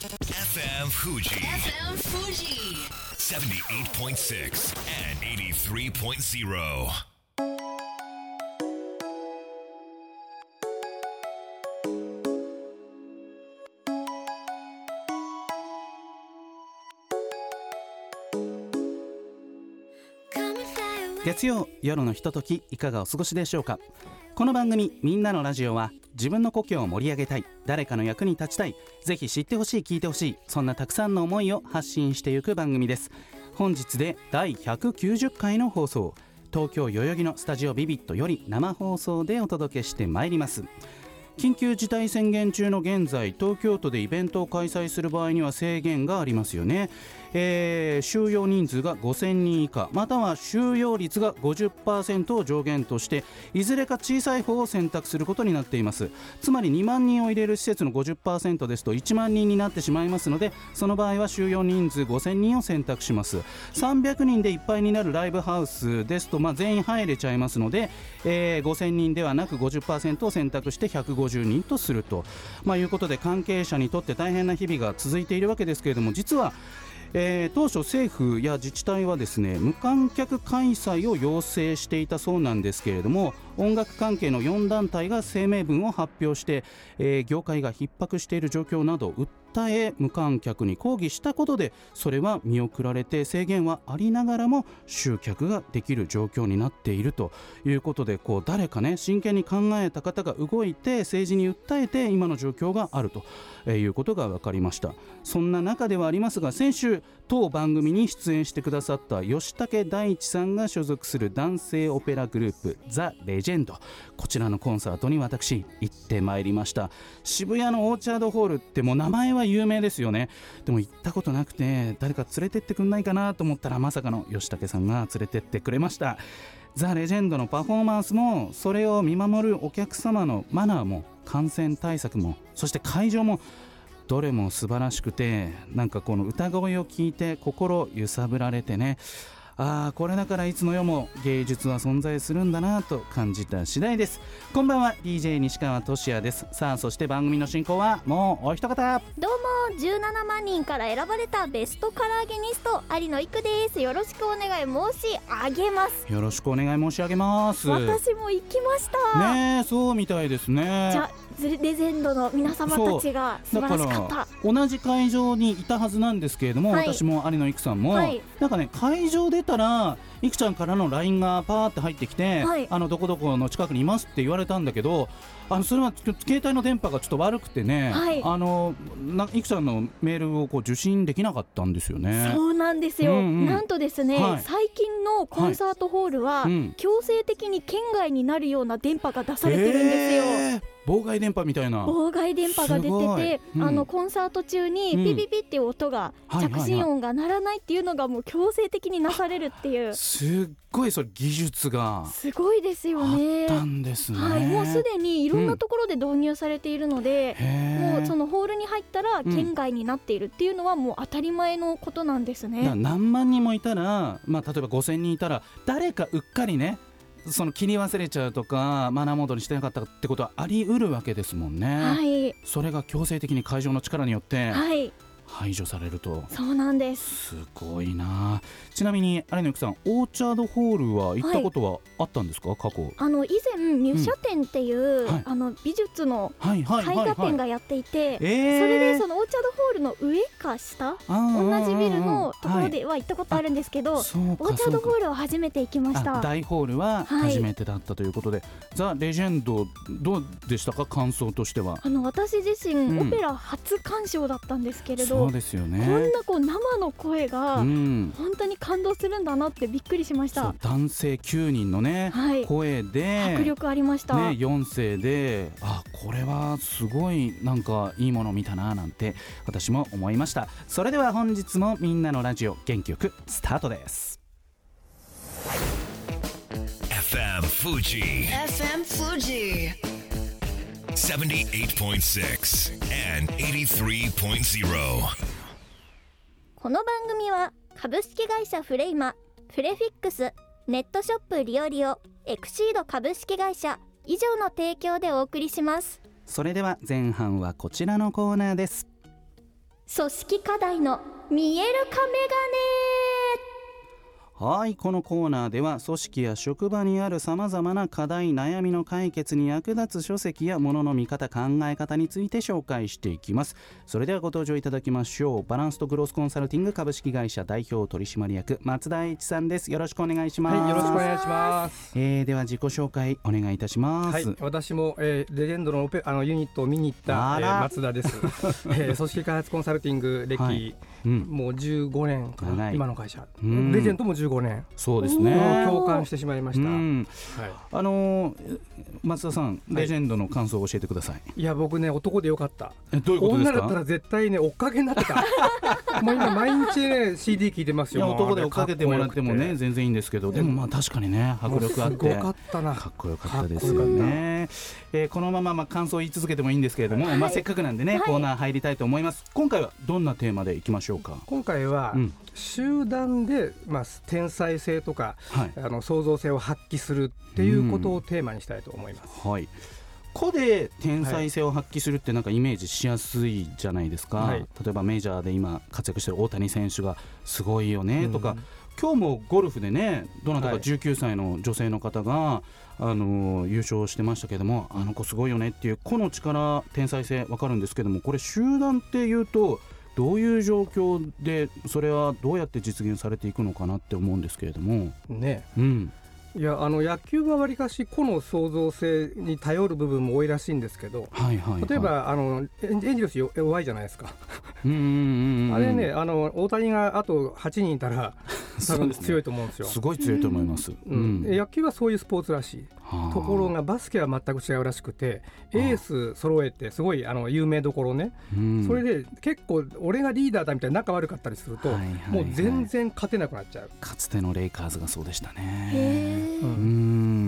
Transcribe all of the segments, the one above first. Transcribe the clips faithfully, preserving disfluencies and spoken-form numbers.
エフエム Fuji エフエム Fuji セブンティーエイトポイントシックス and エイティースリーポイントゼロ。 月曜夜のひとときいかがお過ごしでしょうか。この番組みんなのラジオは自分の故郷を盛り上げたい、誰かの役に立ちたい、ぜひ知ってほしい聞いてほしい、そんなたくさんの思いを発信していく番組です。本日でだいひゃくきゅうじゅっかいの放送、東京代々木のスタジオビビットより生放送でお届けしてまいります。緊急事態宣言中の現在、東京都でイベントを開催する場合には制限がありますよね。えー、収容人数がごせんにん以下、または収容率が ごじゅっパーセント を上限として、いずれか小さい方を選択することになっています。つまりにまんにんを入れる施設の ごじゅっパーセント ですといちまんにんになってしまいますので、その場合は収容人数ごせんにんを選択します。さんびゃくにんでいっぱいになるライブハウスですと、まあ、全員入れちゃいますので、えー、ごせんにんではなく ごじゅっパーセント を選択してひゃくごじゅうにんとすると、まあ、いうことで関係者にとって大変な日々が続いているわけですけれども、実はえー、当初政府や自治体はですね、無観客開催を要請していたそうなんですけれども、音楽関係のよんだんたいが声明文を発表して、えー、業界が逼迫している状況などを訴え、無観客に抗議したことでそれは見送られて、制限はありながらも集客ができる状況になっているということで、こう誰かね、真剣に考えた方が動いて政治に訴えて今の状況があるということが分かりました。そんな中ではありますが、先週当番組に出演してくださった吉武大地さんが所属する男性オペラグループザ・レジェンド、こちらのコンサートに私行ってまいりました。渋谷のオーチャードホールってもう名前は有名ですよね。でも行ったことなくて、誰か連れてってくんないかなと思ったら、まさかの吉武さんが連れてってくれました。ザ・レジェンドのパフォーマンスも、それを見守るお客様のマナーも、感染対策も、そして会場もどれも素晴らしくて、なんかこの歌声を聞いて心揺さぶられてね、ああこれだからいつの世も芸術は存在するんだなと感じた次第です。こんばんは、 ディージェー 西川俊也です。さあ、そして番組の進行はもうお一方。 どうも、じゅうななまんにんから選ばれたベストカラーゲニスト有野育です。よろしくお願い申し上げます。 よろしくお願い申し上げます。 私も行きましたねえ、そうみたいですね。 じゃレジェンドの皆様たちが素晴らしかった。 だから同じ会場にいたはずなんですけれども、はい、私も有野育さんも、はい、なんかね、会場出たらいくちゃんからの ライン がパーって入ってきて、はい、あのどこどこの近くにいますって言われたんだけど、あのそれは携帯の電波がちょっと悪くてね、はい、あのいくちゃんのメールをこう受信できなかったんですよね。 そうなんですよ、うんうん、なんとですね、はい、最近のコンサートホールは、はいうん、強制的に県外になるような電波が出されてるんですよ。 えー妨害電波みたいな。 妨害電波が出てて、うん、あのコンサート中にピピピっていう音が、うん、着信音が鳴らないっていうのがもう強制的になされるっていう、 すっごいそれ技術がすごいですよね。 あったんですね、 はい、もうすでにいろんなところで導入されているので、うん、もうそのホールに入ったら県外になっているっていうのはもう当たり前のことなんですね、 うん、何万人もいたら、まあ、例えばごせんにんいたら誰かうっかりね、その切り忘れちゃうとかマナーモードにしてなかったってことはあり得るわけですもんね、はい、それが強制的に会場の力によって排除されると、 はい、そうなんです。 すごいな。ちなみに有野育さん、オーチャードホールは行ったことはあったんですか、はい、過去。 あの以前ミュシャ展っていう、うんはい、あの美術の絵画展がやっていて、それでそのオーチャードホールの上か下、同じビルのところでは行ったことあるんですけど、はい、オーチャードホールは初めて行きました。 大ホールは初めてだったということで、はい、ザ・レジェンドどうでしたか、感想としては。 あの私自身、うん、オペラ初鑑賞だったんですけれど、 そうですよね、 こんなこう生の声が本当に感動するんだなってびっくりしました、うん、そう男性きゅうにんのね、はい、声で迫力ありました、 ね、よん声で、あ、これはすごいなんかいいもの見たななんて私も思いました。それでは本日もみんなのラジオ元気よくスタートです。 エフエム Fuji エフエム Fuji セブンティーエイトポイントシックス and エイティースリーポイントゼロ。 この番組は株式会社フレイマ、フレフィックス、ネットショップリオリオ、エクシード株式会社以上の提供でお送りします。 それでは前半はこちらのコーナーです。 組織課題の見える化メはい、このコーナーでは組織や職場にあるさまざまな課題悩みの解決に役立つ書籍やものの見方考え方について紹介していきます。それではご登場いただきましょう。バランスとグロースコンサルティング株式会社代表取締役松田英一さんです。よろしくお願いします。 はい、よろしくお願いします。 えー、では自己紹介お願いいたします。 はい、私も、えー、レジェンドのオペあのユニットを見に行った、えー、松田です、えー、組織開発コンサルティング歴、はいうん、もうじゅうごねんかな、今の会社、うん、レジェンドもじゅうごねん。 そうですね、 共感してしまいました、うんはい、あのー、松田さんレジェンドの感想を教えてください。はい、 いや僕ね男でよかった。 えどういうことですか。 女だったら絶対ね追っかけになってたもう今毎日ね シーディー 聞いてますよ。 いや男で追っかけてもらってもね全然いいんですけど、でもまあ確かにね迫力あってすごかったな。 かっこよかったですよね。えー、このまままあ感想を言い続けてもいいんですけれども、はいまあ、せっかくなんでね、はい、コーナー入りたいと思います。今回はどんなテーマでいきましょうか。 今回は、うん、集団で、まあ、天才性とか、はい、あの創造性を発揮するっていうことをテーマにしたいと思います。 うん、はい個で天才性を発揮するってなんかイメージしやすいじゃないですか。はい、例えばメジャーで今活躍してる大谷選手がすごいよねとか、うん、今日もゴルフでねどなたかじゅうきゅうさいの女性の方が、はい、あの優勝してましたけども、あの子すごいよねっていう個の力天才性分かるんですけども、これ集団っていうとどういう状況でそれはどうやって実現されていくのかなって思うんですけれどもね、 うんいやあの野球はわりかし個の創造性に頼る部分も多いらしいんですけど、 はいはいはい、 例えばあのエンジェルス弱いじゃないですかうんうんうん、うん、あれねあの大谷があとはちにんいたら多分強いと思うんですよ。 すごい強いと思います、 うんうん、野球はそういうスポーツらしい。ところがバスケは全く違うらしくて、エース揃えてすごいあの有名どころね、うん、それで結構俺がリーダーだみたいな仲悪かったりすると、はいはいはい、もう全然勝てなくなっちゃう。 かつてのレイカーズがそうでしたね。 へー、うん、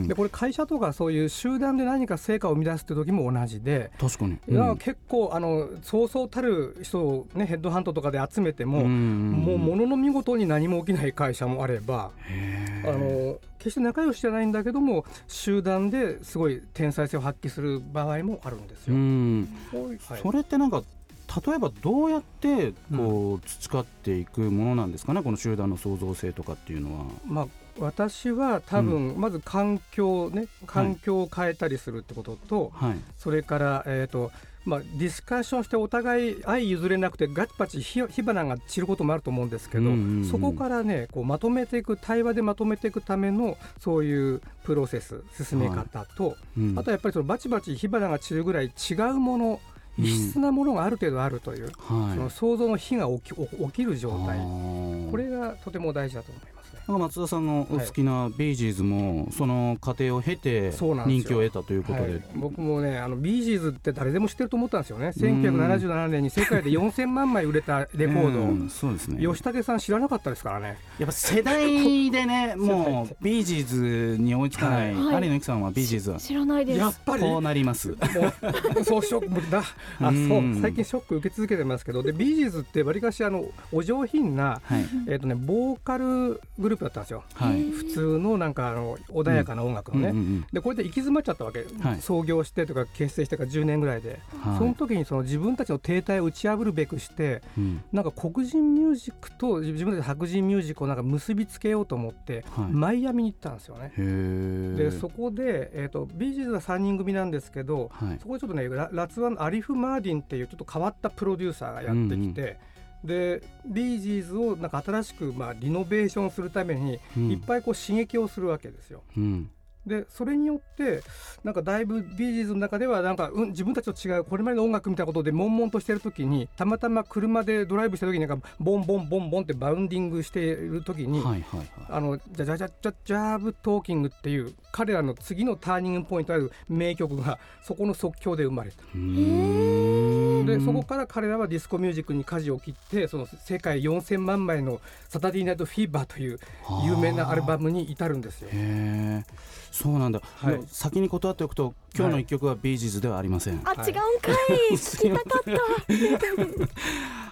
でこれ会社とかそういう集団で何か成果を生み出すって時も同じで、 確かに、 うん、結構あのそうそうたる人を、ね、ヘッドハントとかで集めても、うん、もうものの見事に何も起きない会社もあれば、あの決して仲良しじゃないんだけども集団ですごい天才性を発揮する場合もあるんですよ。うん、 はい、それってなんか例えばどうやってこう培っていくものなんですかね、この集団の創造性とかっていうのは。 まあ私は多分まず環境ね、うん、環境を変えたりするってことと、はい、それから、えーとまあ、ディスカッションしてお互い相譲れなくてガチパチ火花が散ることもあると思うんですけど、うんうんうん、そこからねこうまとめていく対話でまとめていくためのそういうプロセス進め方と、はいうん、あとはやっぱりそのバチバチ火花が散るぐらい違うもの異質なものがある程度あるという、うん、その想像の火が起き、起きる状態、これがとても大事だと思います。 松田さんのお好きなビージーズもその過程を経て人気を得たということで、はい、 僕もねあのビージーズって誰でも知ってると思ったんですよね。せんきゅうひゃくななじゅうななねんに世界でよんせんまんまい売れたレコード、うん、そうですね、吉武さん知らなかったですからね。 やっぱ世代でねもうビージーズに追いつかない、はい、有野由紀さんはビージーズは知らないです。 やっぱりこうなりますもうそうショックだあそう最近ショック受け続けてますけど、でビージーズってわりかしあのお上品な、はい、えーとね、ボーカルグループだったんですよ。はい、普通のなんかあの穏やかな音楽のね、うんうんうん、でこれで行き詰まっちゃったわけ、はい、創業してとか結成してからじゅうねんぐらいで、はい、その時にその自分たちの停滞を打ち破るべくして、うん、なんか黒人ミュージックと自分たちの白人ミュージックをなんか結びつけようと思って、はい、マイアミに行ったんですよね。へでそこで、えーと、ビージーズはさんにん組なんですけど、はい、そこでちょっとねラ、ラツワンアリフ・マーディンっていうちょっと変わったプロデューサーがやってきて、うんうんでビージーズをなんか新しくまあリノベーションするためにいっぱいこう刺激をするわけですよ、うん、でそれによってなんかだいぶビージーズの中ではなんか、うん、自分たちと違うこれまでの音楽みたいなことで悶々としている時にたまたま車でドライブした時になんかボンボンボンボンってバウンディングしている時に、はいはいはい、あのジャジャジャジャジャーブトーキングっていう彼らの次のターニングポイントある名曲がそこの即興で生まれた。うーんでそこから彼らはディスコミュージックに舵を切ってその世界よんせんまんまいのサタディーナイトフィーバーという有名なアルバムに至るんですよ。 へそうなんだ、はい、先に断っておくと今日の一曲はビージーズではありません、 はい、あ違うんかい聞きたかった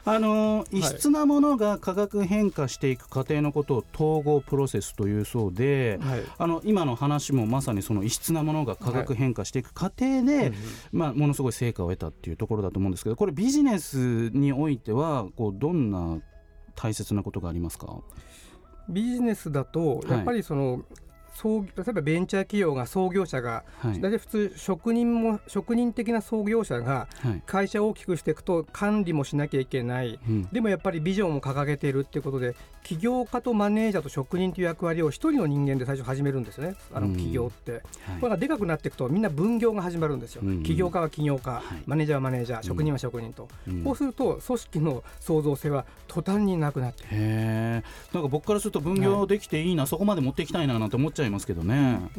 あの異質なものが化学変化していく過程のことを統合プロセスというそうで、はい、あの今の話もまさにその異質なものが化学変化していく過程で、はい、まあ、ものすごい成果を得たっていうところだと思うんですけど、これビジネスにおいてはこうどんな大切なことがありますか？ ビジネスだとやっぱりその、はい、創例えばベンチャー企業が創業者が、はい、大体普通職人も職人的な創業者が会社を大きくしていくと管理もしなきゃいけない、はい、でもやっぱりビジョンを掲げているっていうことで、起業家とマネージャーと職人という役割を一人の人間で最初始めるんですよね、あの起業って、うん、はい、これがでかくなっていくとみんな分業が始まるんですよ、うん、起業家は起業家、はい、マネージャーはマネージャー、職人は職人と、うん、こうすると組織の創造性は途端になくなっている。 へー、なんか僕からすると分業できていいな、はい、そこまで持っていきたいななんて思っちゃいますけどね、 うん、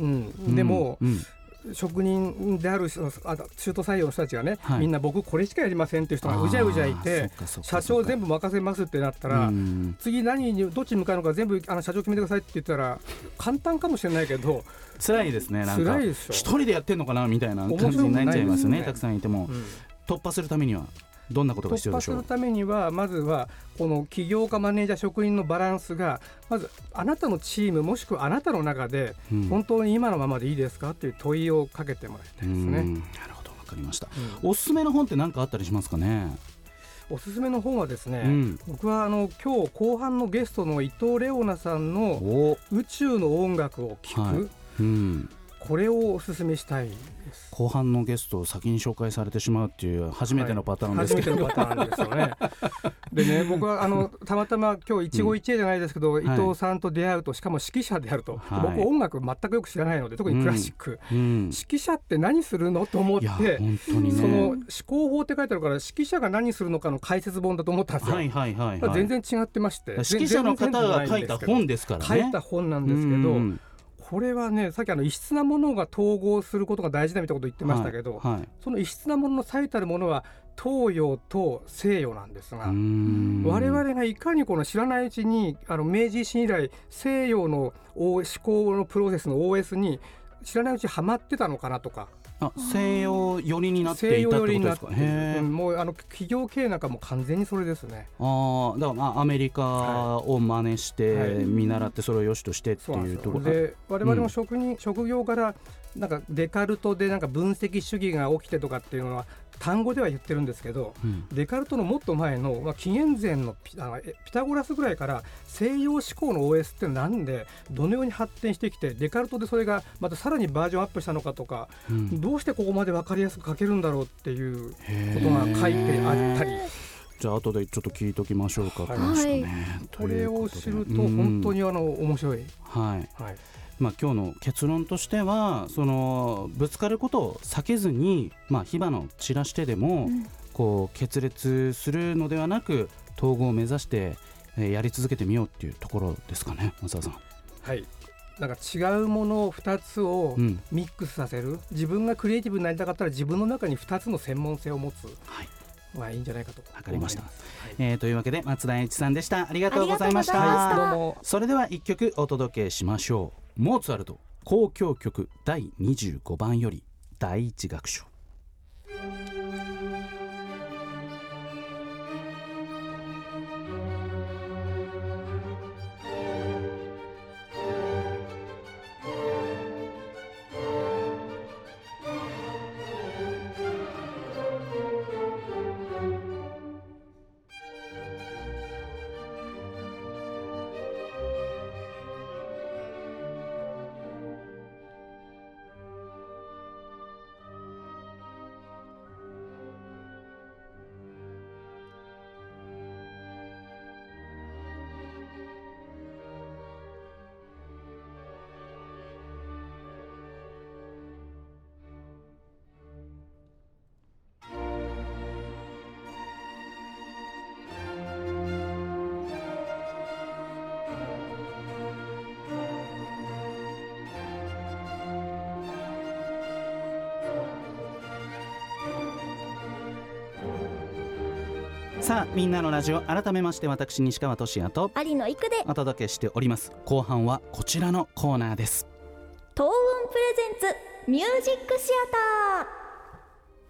でも、うんうん、職人である中途採用の人たちがね、はい、みんな僕これしかやりませんっていう人がうじゃうじゃいて、社長全部任せますってなったら、次何にどっちに向かうのか全部あの社長決めてくださいって言ったら簡単かもしれないけど辛いですね。なんか辛いでしょ、 一人でやってんのかなみたいな感じになっちゃいますね。たくさんいても、うん、突破するためにはどんなことが必要でしょう？ 突破するためにはまずはこの起業家マネージャー職人のバランスがまずあなたのチームもしくはあなたの中で本当に今のままでいいですかという問いをかけてもらいたいですね。うん、なるほど、わかりました、うん、おすすめの本って何かあったりしますかね？ おすすめの本はですね、うん、僕はあの今日後半のゲストの伊藤レオナさんの宇宙の音楽を聴く、はい、うん、これをおすすめしたいです。 後半のゲストを先に紹介されてしまうっていう初めてのパターンですけど、 はい、初めてのパターンですよねでね、僕はあのたまたま今日一期一会じゃないですけど、うん、伊藤さんと出会うと、しかも指揮者であると、はい、僕音楽全くよく知らないので、特にクラシック、うんうん、指揮者って何するのと思って、本当にね、その思考法って書いてあるから指揮者が何するのかの解説本だと思ったんですよ、はいはいはいはい、全然違ってまして、 指揮者の方が書いた本ですからね。 書いた本なんですけど、うん、これはね、さっきあの異質なものが統合することが大事だみたいなことを言ってましたけど、はいはい、その異質なものの最たるものは東洋と西洋なんですが、我々がいかにこの知らないうちにあの明治維新以来西洋の思考のプロセスの オーエス に知らないうちにはまってたのかなとか、 あ、西洋寄りになっていたってことですか？へー、 もうあの企業経営なんかも完全にそれですね。 あ、だからまあアメリカを真似して見習ってそれを良しとしてっていうところで、我々も職人、うん、職業からなんかデカルトでなんか分析主義が起きてとかっていうのは単語では言ってるんですけど、うん、デカルトのもっと前の、まあ、紀元前の ピ, あのピタゴラスぐらいから西洋思考の オーエス ってなんでどのように発展してきて、デカルトでそれがまたさらにバージョンアップしたのかとか、うん、どうしてここまで分かりやすく書けるんだろうっていうことが書いてあったり、 じゃあ後でちょっと聞いときましょうか、はい、ね、 これを知ると本当にあの面白い、 はいはい、まあ、今日の結論としては、そのぶつかることを避けずに、まあ、火花を散らしてでも、うん、こう決裂するのではなく統合を目指して、えー、やり続けてみようっていうところですかね、松田さん。 はい、なんか違うものをふたつをミックスさせる、うん、自分がクリエイティブになりたかったら自分の中にふたつの専門性を持つ、はい、まあ、いいんじゃないかと思います。 わかりました、はい、えー、というわけで松田英一さんでした。ありがとうございました。 はい、 どうも。 それではいっきょくお届けしましょう。モーツァルト交響曲だいにじゅうごばんより第一楽章。さあ、みんなのラジオ、改めまして私西川俊也と有野育でお届けしております。後半はこちらのコーナーです。 東音プレゼンツミュージックシアター。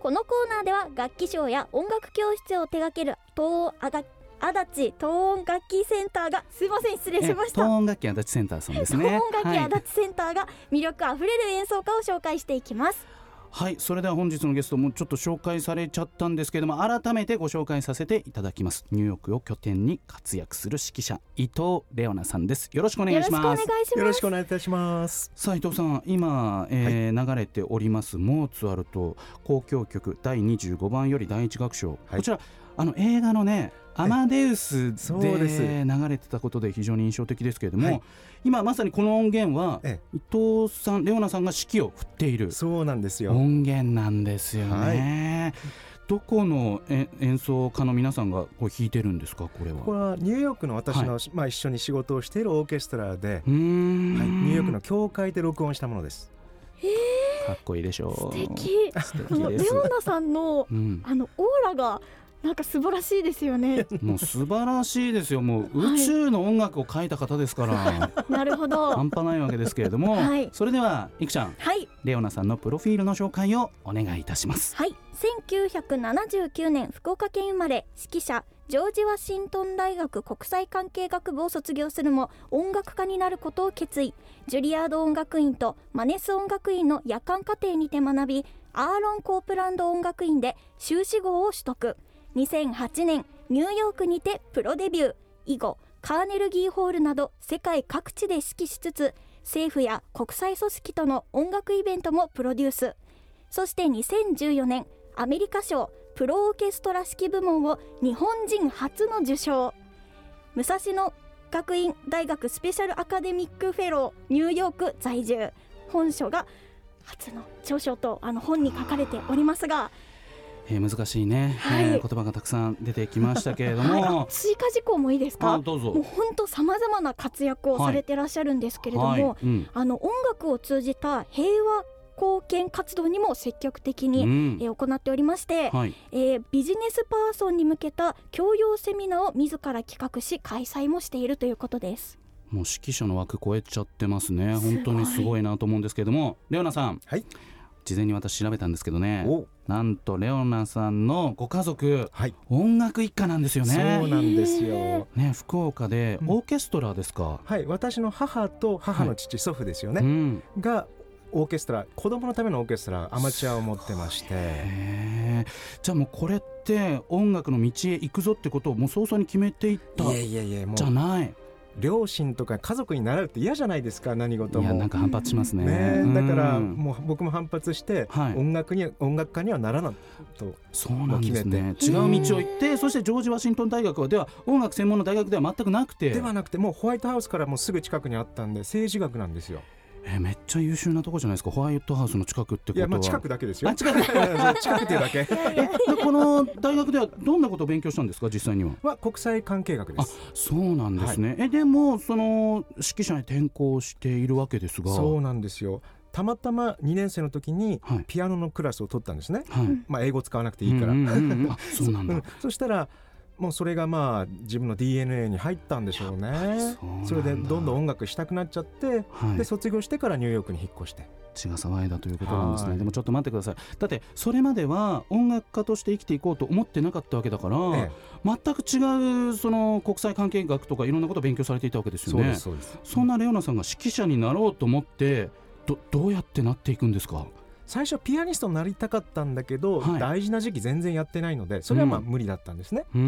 このコーナーでは楽器賞や音楽教室を手掛ける東あが足立東音楽器センターがすいません失礼しました東音楽器足立センターさんですね。 東音楽器足立センターが魅力あふれる演奏家を紹介していきます。 はい、それでは本日のゲストもちょっと紹介されちゃったんですけれども、改めてご紹介させていただきます。ニューヨークを拠点に活躍する指揮者伊藤レオナさんです。よろしくお願いします。 よろしくお願いいたします。 さあ伊藤さん、今、えーはい、流れておりますモーツァルト交響曲だいにじゅうごばんより第一楽章、はい、こちらあの映画のねアマデウスで流れてたことで非常に印象的ですけれども、はい、今まさにこの音源は伊藤さんレオナさんが指揮を振っているそうなんですよ音源なんですよね、はい、どこの演奏家の皆さんがこう弾いてるんですか？これはこれはニューヨークの私の、はいまあ、一緒に仕事をしているオーケストラでうーん、はい、ニューヨークの教会で録音したものです。 へーかっこいいでしょう。 素敵素敵です。レオナさんの、うん、あのオーラがなんか素晴らしいですよね。 もう素晴らしいですよ。もう宇宙の音楽を書いた方ですから、はい、 なるほど半端ないわけですけれども、はい、それではいくちゃん、 はい、 レオナさんのプロフィールの紹介をお願いいたします。 はい、せんきゅうひゃくななじゅうきゅうねん福岡県生まれ、指揮者ジョージ・ワシントン大学国際関係学部を卒業するも音楽家になることを決意。ジュリアード音楽院とマネス音楽院の夜間課程にて学び、アーロン・コープランド音楽院で修士号を取得。にせんはちねんニューヨークにてプロデビュー。以後カーネルギーホールなど世界各地で指揮しつつ、政府や国際組織との音楽イベントもプロデュース。そしてにせんじゅうよねんアメリカ賞プロオーケストラ指揮部門を日本人初の受賞。武蔵野学院大学スペシャルアカデミックフェローニューヨーク在住。本書が初の著書とあの本に書かれておりますが、 えー、難しいね、はい、えー、言葉がたくさん出てきましたけれども、 はい、追加事項もいいですか？ どうぞ。 もう本当さまざまな活躍をされてらっしゃるんですけれども、はいはい、うん、あの音楽を通じた平和貢献活動にも積極的に、うん、えー、行っておりまして、はい、えー、ビジネスパーソンに向けた教養セミナーを自ら企画し開催もしているということです。 もう指揮者の枠超えちゃってますね。本当にすごいなと思うんですけれども、レオナさん、はい、事前に私調べたんですけどね、なんとレオナさんのご家族、はい、音楽一家なんですよね。 そうなんですよ、 ね、福岡でオーケストラですか？ うん、はい、私の母と母の父、はい、祖父ですよね、うん、がオーケストラ、子供のためのオーケストラアマチュアを持ってまして、 へー、じゃあもうこれって音楽の道へ行くぞってことをもう早々に決めていったいやいやいやもうじゃない。 両親とか家族に習うって嫌じゃないですか。何事も。 いやなんか反発します ね, ねだからもう僕も反発して、はい、音楽に音楽家にはならないとそうなんですね。違う道を行って、そしてジョージ・ワシントン大学では音楽専門の大学では全くなくてではなくてもうホワイトハウスからもうすぐ近くにあったんで政治学なんですよ。 えー、めっちゃ優秀なとこじゃないですか。ホワイトハウスの近くってことは。 いやまあ近くだけですよ。 あ近く近くっていうだけこの大学ではどんなことを勉強したんですか？実際には。 は国際関係学です。 あ、そうなんですね、はい、えでもその指揮者に転校しているわけですが。 そうなんですよ。たまたまにねん生の時にピアノのクラスを取ったんですね、はい、まあ、英語使わなくていいから、うんうんうん、あそうなんだそしたらもうそれがまあ自分の ディーエヌエー に入ったんでしょうね。 そ, それでどんどん音楽したくなっちゃって、はい、で卒業してからニューヨークに引っ越して血が騒いだということなんですね。でもちょっと待ってください。だってそれまでは音楽家として生きていこうと思ってなかったわけだから、ええ、全く違うその国際関係学とかいろんなことを勉強されていたわけですよね。 そうです、そうです。 そんなレオナさんが指揮者になろうと思って ど, どうやってなっていくんですか？ 最初ピアニストになりたかったんだけど、はい、大事な時期全然やってないのでそれはまあ無理だったんですね、うん、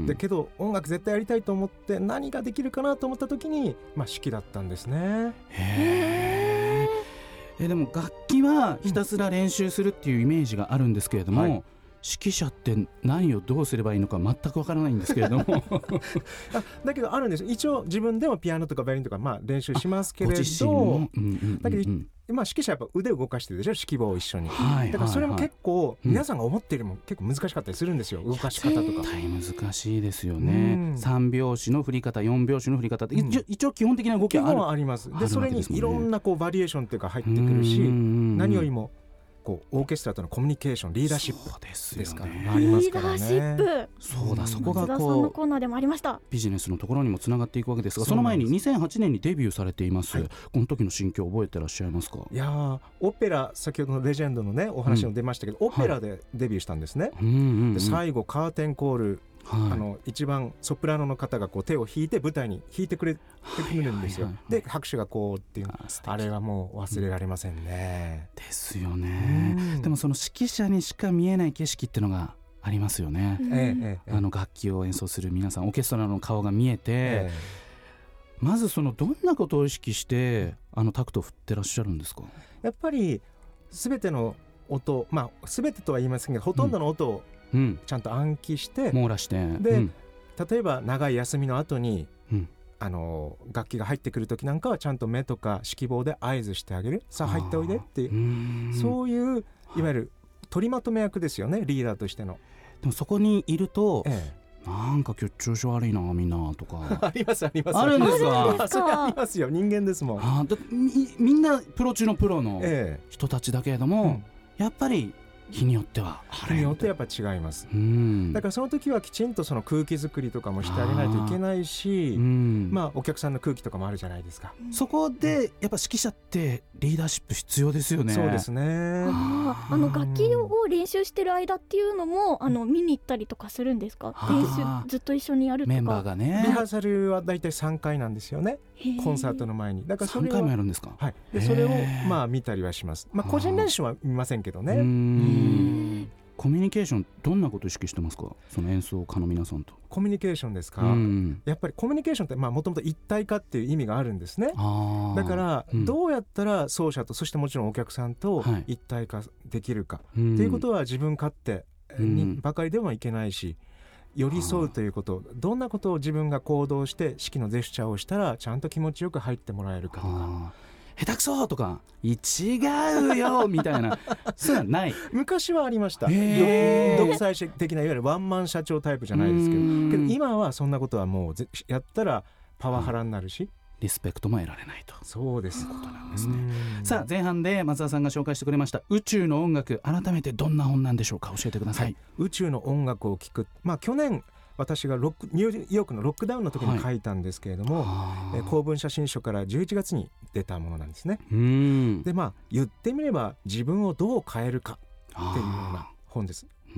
だけど音楽絶対やりたいと思って何ができるかなと思った時に、まあ、指揮だったんですね。 へー。えでも楽器はひたすら練習するっていうイメージがあるんですけれども、うん、はい、指揮者って何をどうすればいいのか全くわからないんですけれどもあだけどあるんです。一応自分でもピアノとかバイオリンとかまあ練習しますけれど、うんうんうん、だけどまあ、指揮者はやっぱ腕を動かしてるでしょ、指揮棒を一緒に、はい、だからそれも結構皆さんが思っているよりも結構難しかったりするんですよ、うん、動かし方とか絶対難しいですよね、うん、さん拍子の振り方よん拍子の振り方って、うん、一応基本的な動きはある、 基本はあります。でそれにいろんなこうバリエーションっていうか入ってくるし、何よりもこうオーケストラとのコミュニケーションリーダーシップですからね、ありますからね。リーダーシップ、 そうだ、そこがこう松田さんのコーナーでもありました。 ビジネスのところにもつながっていくわけですが、その前ににせんはちねんにデビューされています、はい、この時の心境覚えてらっしゃいますか？ いやオペラ、先ほどのレジェンドのねお話も出ましたけど、うん、オペラでデビューしたんですね、はい、で最後カーテンコール、はい、あの一番ソプラノの方がこう手を引いて舞台に引いてくれてくるんですよ、はいはいはい、で拍手がこうっていう あ, あれはもう忘れられませんね、 うん、ですよね、うん、でもその指揮者にしか見えない景色っていうのがありますよね、うん、ええ、あの楽器を演奏する皆さんオーケストラの顔が見えて、ええ、まずそのどんなことを意識してあのタクトを振ってらっしゃるんですか？ やっぱり全ての音、まあ全てとは言いませんけどほとんどの音をちゃんと暗記して、 うん、網羅してで、 うん、 例えば長い休みの後に、 うん、 あの楽器が入ってくる時なんかはちゃんと目とか指揮棒で合図してあげる、さあ入っておいでっていう、うそういういわゆる取りまとめ役ですよね、リーダーとしての。 でもそこにいると、 ええ、なんか今日調子悪いなみんなとかありますありますあるんですか？ それありますよ、人間ですもん。 あだ み, みんなプロ中のプロの人たちだけれども、 ええ、うん、 やっぱり日によっては日によってやっぱ違います、 うん、 だからその時はきちんとその空気作りとかもしてあげないといけないし、うん、まあお客さんの空気とかもあるじゃないですか。 そこでやっぱ指揮者ってリーダーシップ必要ですよね。 そうですね。 ああの楽器を練習してる間っていうのもあの見に行ったりとかするんですか？練習ずっと一緒にやるとか。 メンバーがね、 リハーサルはだいたいさんかいなんですよね、コンサートの前に。だからそれをさんかいもやるんですか？ はい、でそれをまあ見たりはします。まあ個人練習は見ませんけどね。 うーん、コミュニケーションどんなことを意識してますか？その演奏家の皆さんと。 コミュニケーションですか、うん、やっぱりコミュニケーションってもともと一体化っていう意味があるんですね。 あだから、うん、どうやったら奏者とそしてもちろんお客さんと一体化できるか、はい、っていうことは自分勝手にばかりでもいけないし、寄り添うということ、どんなことを自分が行動して指揮のジェスチャーをしたらちゃんと気持ちよく入ってもらえるかとか、 下手くそとか違うよみたいなそういうのはない。 昔はありました。独裁的ないわゆるワンマン社長タイプじゃないですけど、けど今はそんなことはもうやったらパワハラになるし、 リスペクトも得られないと。 そうですことなんですね。さあ前半で松田さんが紹介してくれました宇宙の音楽、改めてどんな本なんでしょうか？教えてください。はい、 宇宙の音楽を聴く、まあ去年私がロックニューヨークのロックダウンの時に書いたんですけれども、はい、え公文写真書からじゅういちがつに出たものなんですね。 うん、 でまあ言ってみれば自分をどう変えるかっていうような本です。 うん、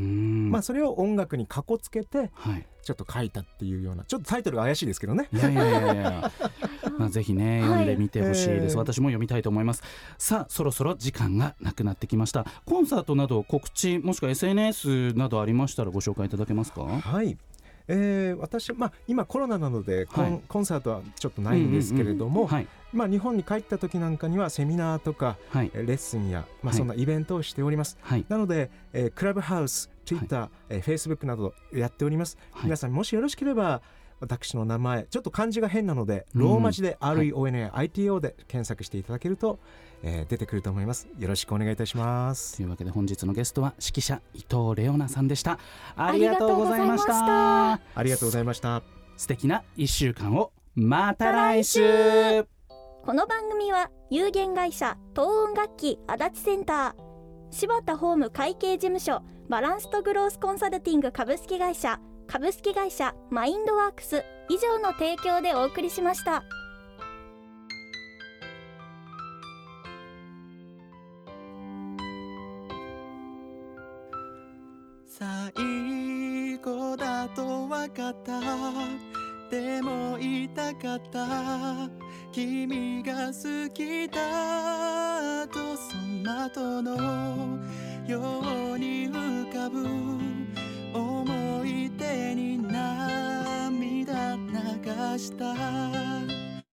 まあそれを音楽にかこつけて、 はい、 ちょっと書いたっていうような、ちょっとタイトルが怪しいですけどね。 いやいやいやいやまあぜひね読んでみてほしいです、はい、えー、私も読みたいと思います。さあそろそろ時間がなくなってきました。コンサートなど告知もしくは エスエヌエス などありましたらご紹介いただけますか？ はい、えー、私、まあ、今コロナなのでコン、はい、コンサートはちょっとないんですけれども、うんうんうん、はい、まあ、日本に帰った時なんかにはセミナーとか、はい、レッスンや、まあ、そんなイベントをしております、はい、なので、えー、クラブハウス、Twitter、はい、えー、Facebook などやっております、はい、皆さんもしよろしければ私の名前ちょっと漢字が変なので、うん、ローマ字で アールイーオーエヌエーアイティーオー で検索していただけると、えー、出てくると思います。よろしくお願いいたします。 というわけで本日のゲストは指揮者伊藤レオナさんでした。ありがとうございました。 ありがとうございました。 素敵ないっしゅうかんを。また来週。 この番組は有限会社東音楽器足立センター、柴田ホーム会計事務所、バランスとグロースコンサルティング株式会社、株式会社マインドワークス以上の提供でお送りしました。 最後だと分かった、でも痛かった、君が好きだとその後の夜